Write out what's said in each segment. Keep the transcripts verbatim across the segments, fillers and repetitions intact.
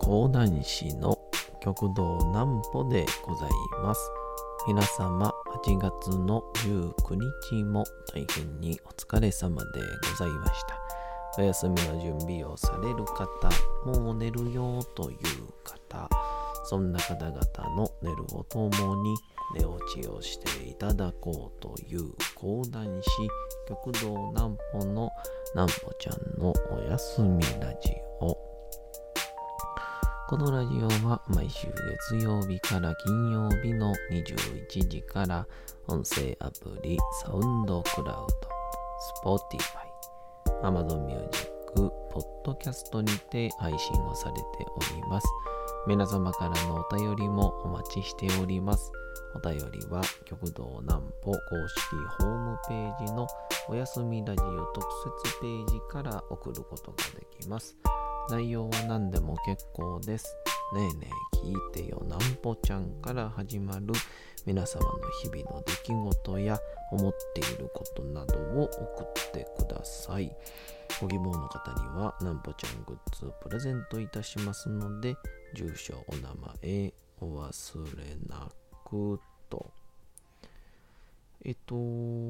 講談師の極道南歩でございます。皆様はちがつのじゅうくにちも大変にお疲れ様でございました。お休みの準備をされる方、もう寝るよという方、そんな方々の寝るをともに寝落ちをしていただこうという講談師極道南歩の南歩ちゃんのおやすみラジオ。このラジオは毎週月曜日から金曜日のにじゅういちじから音声アプリサウンドクラウド、Spotify、Amazon Music、ポッドキャストにて配信をされております。皆様からのお便りもお待ちしております。お便りは極道南歩公式ホームページのおやすみラジオ特設ページから送ることができます。内容は何でも結構です。ねえねえ聞いてよ南歩ちゃんから始まる皆様の日々の出来事や思っていることなどを送ってください。ご希望の方には南歩ちゃんグッズをプレゼントいたしますので、住所お名前お忘れなくと。えっと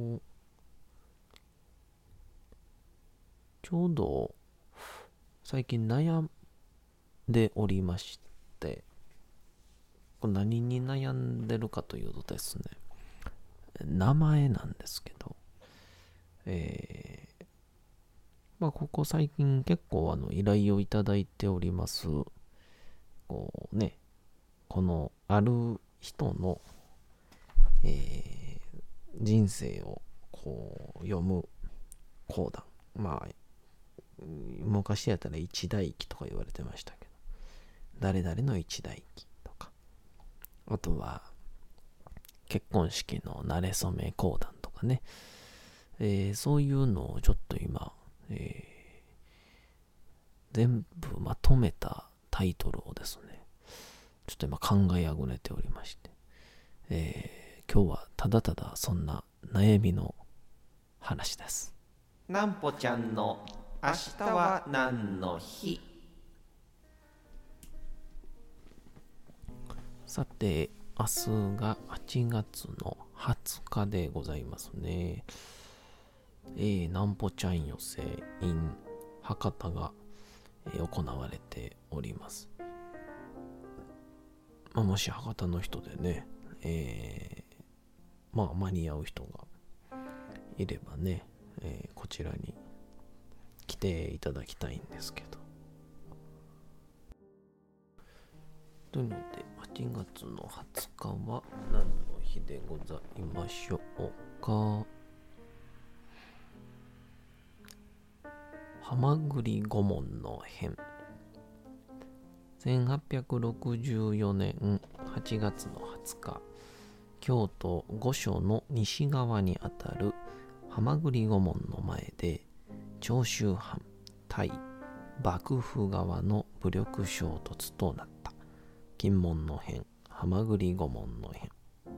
ちょうど最近悩んでおりまして、これ何に悩んでるかというとですね、名前なんですけど、えー、まあここ最近結構あの依頼をいただいております。こうね、このある人の、えー、人生をこう読む講談、まあ昔やったら一代記とか言われてましたけど、誰々の一代記とか、あとは結婚式の馴れ初め講談とかね、えー、そういうのをちょっと今、えー、全部まとめたタイトルをですね、ちょっと今考えあぐねておりまして、えー、今日はただただそんな悩みの話です。南歩ちゃんの明日は何の日。さて、明日がはちがつのはつかでございますね。えー、南歩ちゃん寄せ in 博多が、えー、行われております。まあ、もし博多の人でね、えー、まあ間に合う人がいればね、えー、こちらに来ていただきたいんですけど。というので、はちがつのはつかは何の日でございましょうか。はまぐり御門の変。せんはっぴゃくろくじゅうよねんはちがつのはつか、京都御所の西側にあたるはまぐり御門の前で、長州藩対幕府側の武力衝突となった金門の変、はまぐり御門の変。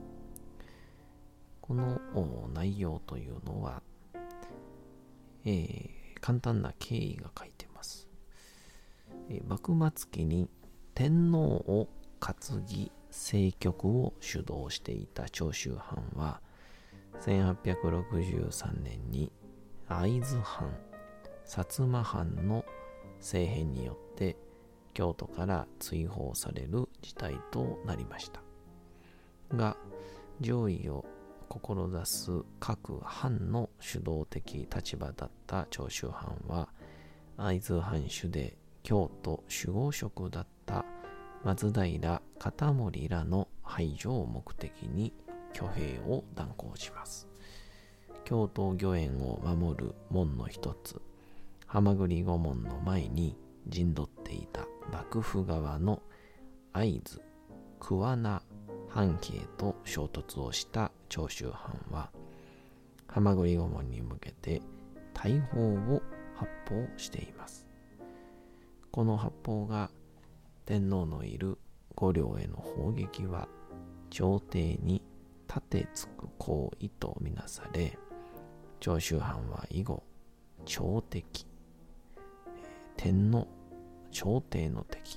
この内容というのは、えー、簡単な経緯が書いてます。えー、幕末期に天皇を担ぎ政局を主導していた長州藩は、せんはっぴゃくろくじゅうさんねんに会津藩、薩摩藩の政変によって京都から追放される事態となりましたが、上位を志す各藩の主導的立場だった長州藩は、会津藩主で京都守護職だった松平片盛らの排除を目的に挙兵を断行します。京都御苑を守る門の一つ、はまぐり御門の前に陣取っていた幕府側の会津桑名藩警と衝突をした長州藩は、はまぐり御門に向けて大砲を発砲しています。この発砲が天皇のいる御陵への砲撃は朝廷に立てつく行為とみなされ、長州藩は以後朝敵、天皇朝廷の敵、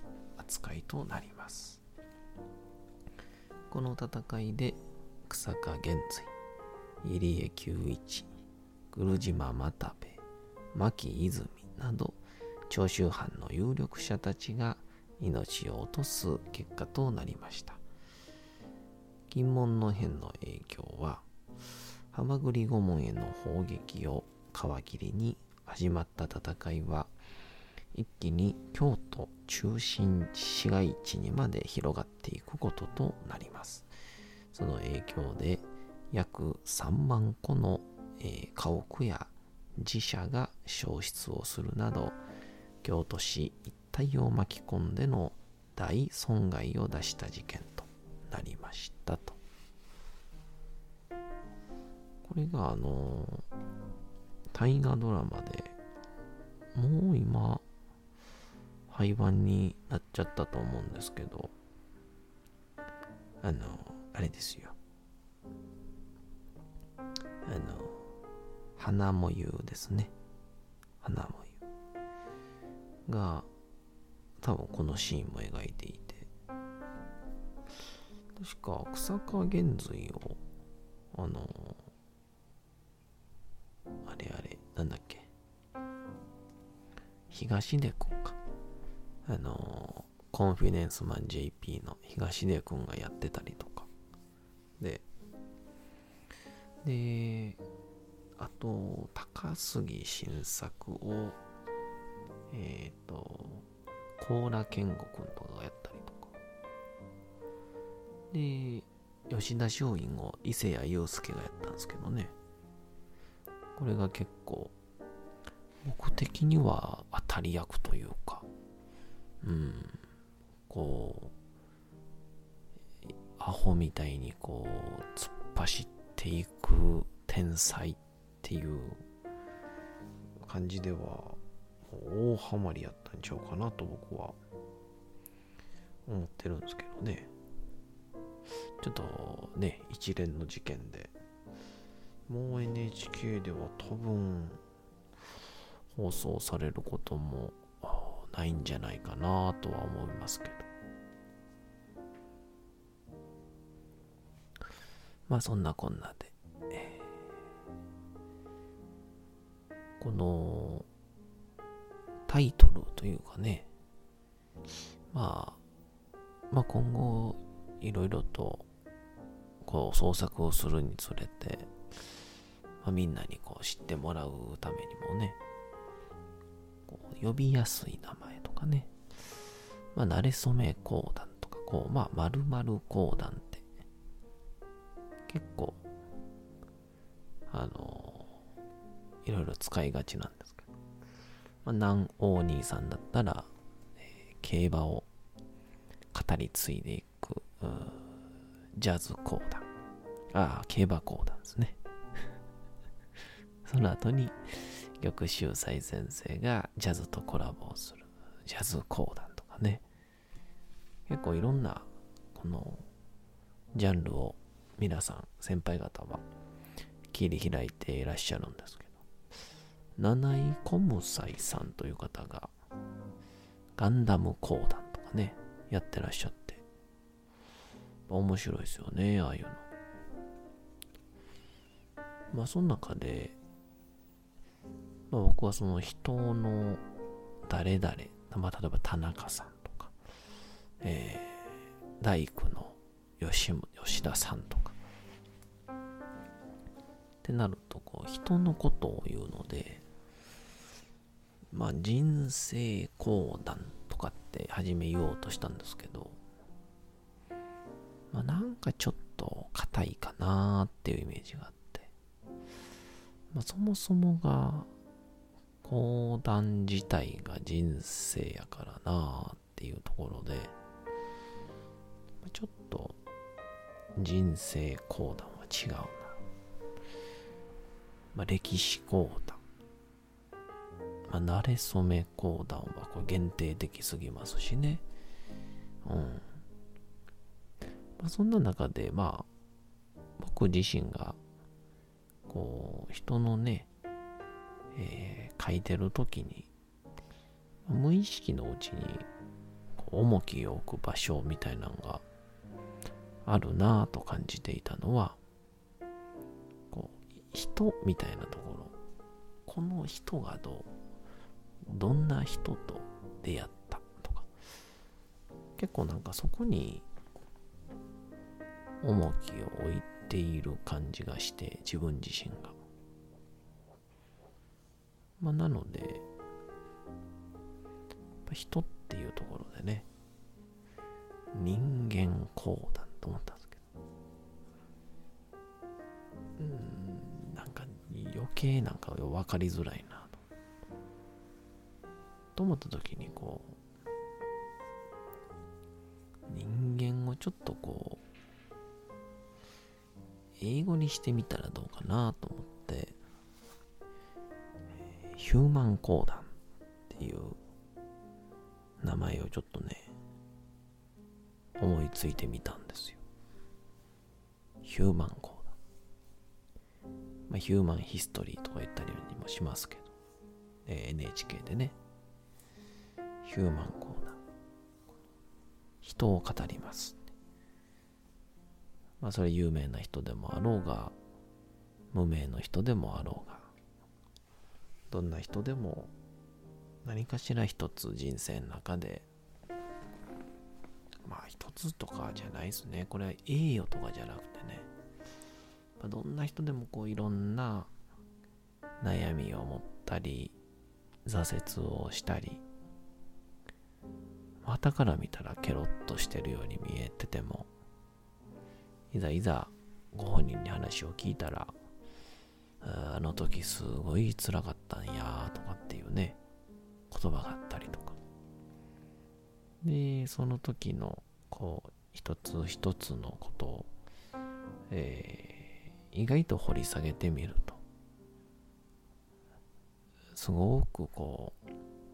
扱いとなります。この戦いで草加玄瑞、入江久一、来島又兵衛、牧泉など長州藩の有力者たちが命を落とす結果となりました。金門の変の影響は、蛤御門への砲撃を皮切りに始まった戦いは、一気に京都中心市街地にまで広がっていくこととなります。その影響で約さんまんこの、えー、家屋や寺社が焼失をするなど、京都市一帯を巻き込んでの大損害を出した事件となりましたと。これがあの大河ドラマでもう今廃盤になっちゃったと思うんですけど、あのあれですよ、あの花もゆうですね。花もゆが多分このシーンも描いていて、確か草加玄瑞をあのあれあれなんだっけ、東出くんか、あのコンフィデンスマン ジェイピー の東出くんがやってたりとかで、であと高杉晋作をえっ、ー、と高良健吾くんとかがやったりとかで、吉田松陰を伊勢谷友介がやったんですけどね、これが結構僕的には当たり役というか、うんこうアホみたいにこう突っ走っていく天才っていう感じでは大ハマりやったんちゃうかなと僕は思ってるんですけどね。ちょっとね、一連の事件でもう エヌエイチケー では多分放送されることもないんじゃないかなとは思いますけど、まあそんなこんなで、えー、このタイトルというかね、まあまあ今後いろいろとこう創作をするにつれて、まあ、みんなにこう知ってもらうためにもね、こう呼びやすい名前とかね、まあ慣れ初め講談とか、こうまあ〇〇講談って結構あのいろいろ使いがちなんですけど、まあ、南王兄さんだったら、えー、競馬を語り継いでいくジャズ講談、ああ競馬講談ですねその後に玉秀斎先生がジャズとコラボをするジャズ講談とかね、結構いろんなこのジャンルを皆さん先輩方は切り開いていらっしゃるんですけど、七井小武斎さんという方がガンダム講談とかねやってらっしゃって、面白いですよね、ああいうの。まあその中で、まあ、僕はその人の誰々、まあ例えば田中さんとか、えー、大工の 吉, 吉田さんとかってなると、こう人のことを言うので、まあ人生講談とかって初め言おうとしたんですけど、まあなんかちょっと硬いかなーっていうイメージがあって、まあそもそもが講談自体が人生やからなーっていうところで、ちょっと人生講談は違うな。まあ歴史講談、まあ慣れ初め講談はこれ限定的すぎますしね。うん。まあ、そんな中で、まあ僕自身がこう人のね、えー、書いてる時に無意識のうちにこ重きを置く場所みたいなのがあるなぁと感じていたのは、こう人みたいなところ、この人がどう、どんな人と出会ったとか、結構なんかそこに重きを置いている感じがして、自分自身が。まあなので、やっぱ人っていうところでね、人間講談と思ったんですけど、うーん、なんか余計なんか分かりづらいなと。と思った時にこう、人間をちょっとこう、英語にしてみたらどうかなと思って、ヒューマン講談っていう名前をちょっとね、思いついてみたんですよ。ヒューマン講談。まあ、ヒューマンヒストリーとか言ったりもしますけど、えー、エヌエイチケー でね、ヒューマン講談。人を語ります。まあ、それ有名な人でもあろうが、無名の人でもあろうが、どんな人でも何かしら一つ人生の中で、まあ一つとかじゃないですね。これは栄誉とかじゃなくてね、どんな人でもこういろんな悩みを持ったり、挫折をしたり、傍から見たらケロッとしてるように見えてても、いざいざご本人に話を聞いたら、あの時すごい辛かったんやとかっていうね、言葉があったりとか。で、その時のこう一つ一つのことを、えー、意外と掘り下げてみると、すごくこう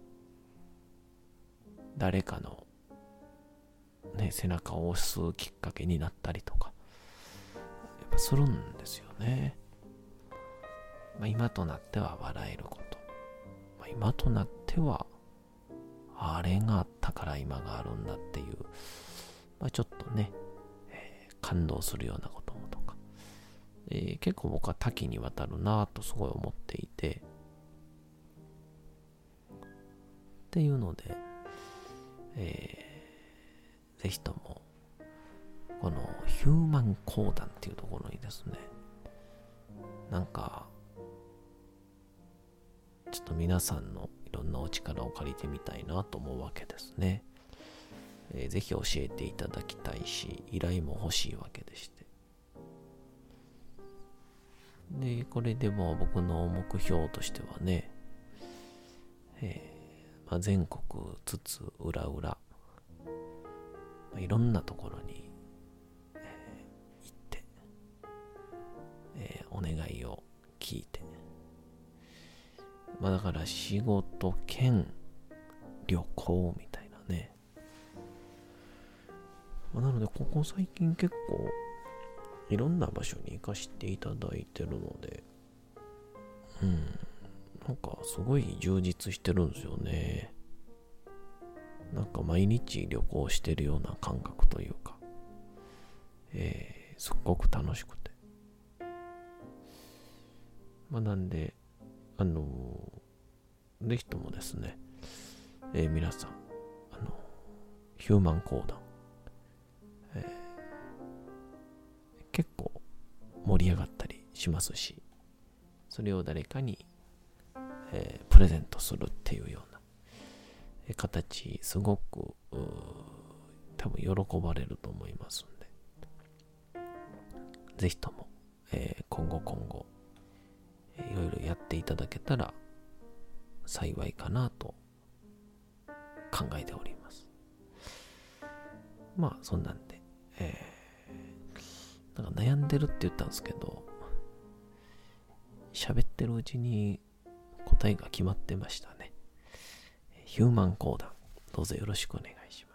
誰かの、ね、背中を押すきっかけになったりとかやっぱするんですよね。まあ、今となっては笑えること、まあ、今となってはあれがあったから今があるんだっていう、まあ、ちょっとね、えー、感動するようなこともとか、えー、結構僕は多岐にわたるなぁとすごい思っていて、っていうので、えー、ぜひともこのヒューマン講談っていうところにですね、なんかちょっと皆さんのいろんなお力を借りてみたいなと思うわけですね。えー、ぜひ教えていただきたいし、依頼も欲しいわけでして。で、これでも僕の目標としてはね、えーまあ、全国津々浦々、まあ、いろんなところに、えー、行って、えー、お願いを聞いて、まあだから仕事兼旅行みたいなね。まあ、なのでここ最近結構いろんな場所に行かせていただいてるので、うん、なんかすごい充実してるんですよね。なんか毎日旅行してるような感覚というか、えー、すっごく楽しくて。まあなんで、あのー、ぜひともですね、えー、皆さん、あの、ヒューマン講談、えー、結構盛り上がったりしますし、それを誰かに、えー、プレゼントするっていうような、えー、形、すごく多分喜ばれると思いますんで、ぜひとも、えー、今後今後、えー、いろいろやっていただけたら幸いかなと考えております。まあそんなんで、えー、なんか悩んでるって言ったんですけど、喋ってるうちに答えが決まってましたね。ヒューマン講談、どうぞよろしくお願いします。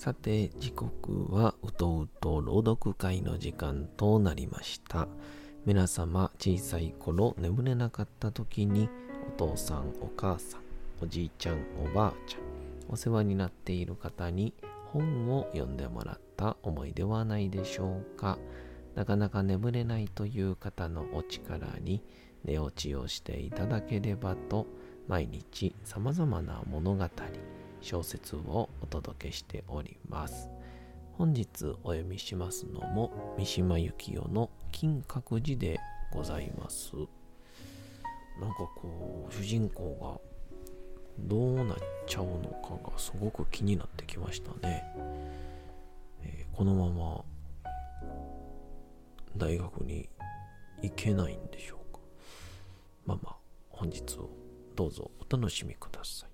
さて、時刻はうとうと朗読会の時間となりました。皆様、小さい頃眠れなかった時にお父さん、お母さん、おじいちゃん、おばあちゃん、お世話になっている方に本を読んでもらった思いではないでしょうか。なかなか眠れないという方のお力に寝落ちをしていただければと、毎日さまざまな物語、小説をお届けしております。本日お読みしますのも三島由紀夫の金閣寺でございます。なんかこう主人公がどうなっちゃうのかがすごく気になってきましたね。えー、このまま大学に行けないんでしょうか。まあまあ本日をどうぞお楽しみください。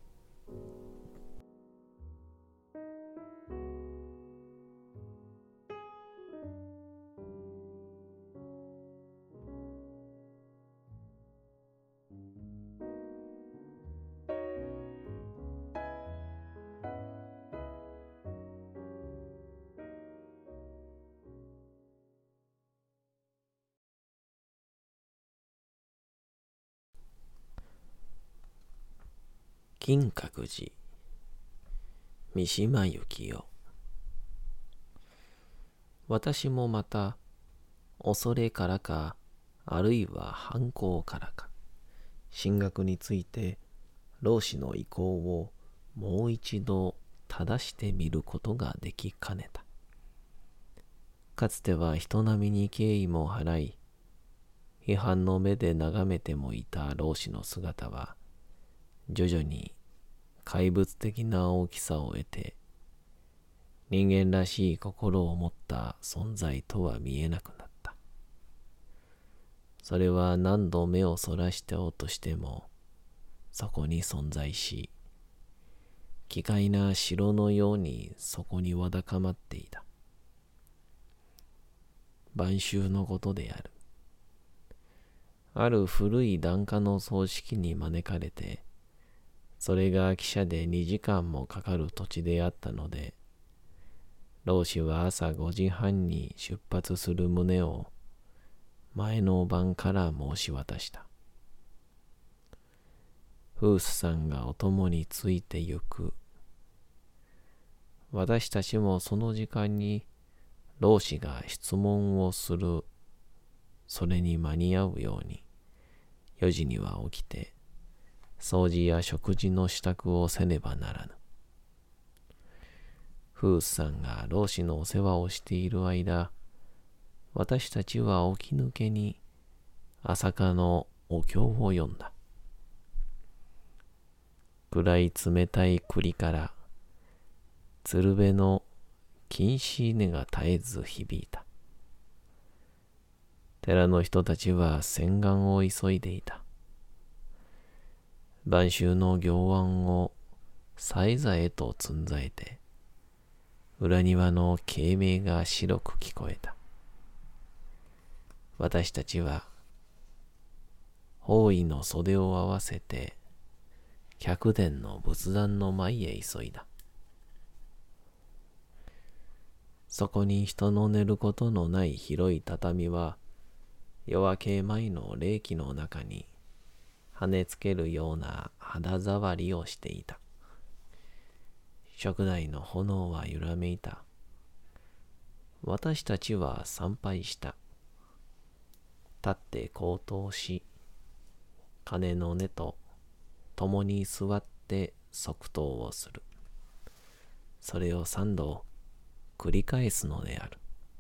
金閣寺、三島由紀夫。私もまた恐れからか、あるいは反抗からか、進学について老師の意向をもう一度正してみることができかねた。かつては人並みに敬意も払い、批判の目で眺めてもいた老師の姿は、徐々に怪物的な大きさを得て、人間らしい心を持った存在とは見えなくなった。それは何度目をそらしておうとしても、そこに存在し、奇怪な城のようにそこにわだかまっていた。晩秋のことである。ある古い檀家の葬式に招かれて、それが汽車でにじかんもかかる土地であったので、老師は朝ごじはんに出発する旨を前の晩から申し渡した。フースさんがお供についてゆく。私たちもその時間に老師が質問をする、それに間に合うように、よじには起きて、掃除や食事の支度をせねばならぬ。フースさんが老師のお世話をしている間、私たちは起き抜けに朝霞のお経を読んだ。暗い冷たい栗から、鶴瓶の金糸音が絶えず響いた。寺の人たちは洗顔を急いでいた。晩秋の行腕をさえざえとつんざえて、裏庭の鶏鳴が白く聞こえた。私たちは、法衣の袖を合わせて、客殿の仏壇の前へ急いだ。そこに人の寝ることのない広い畳は、夜明け前の冷気の中に跳ねつけるような肌触りをしていた。燭台の炎は揺らめいた。私たちは参拝した。立って高騰し、鐘の音と共に座って即答をする。それを三度繰り返すのである。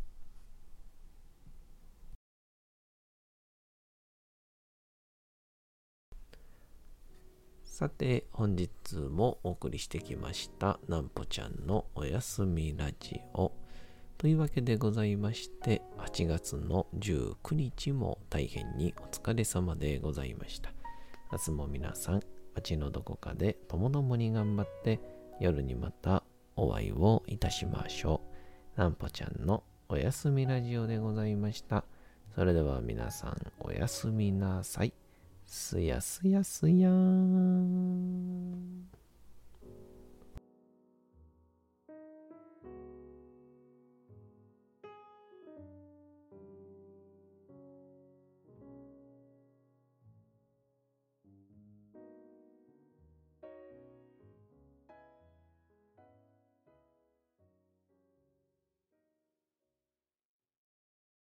さて、本日もお送りしてきましたなんぽちゃんのおやすみラジオというわけでございまして、はちがつのじゅうくにちも大変にお疲れ様でございました。明日も皆さん街のどこかでともどもに頑張って夜にまたお会いをいたしましょう。なんぽちゃんのおやすみラジオでございました。それでは皆さんおやすみなさい。すやすやすやーん。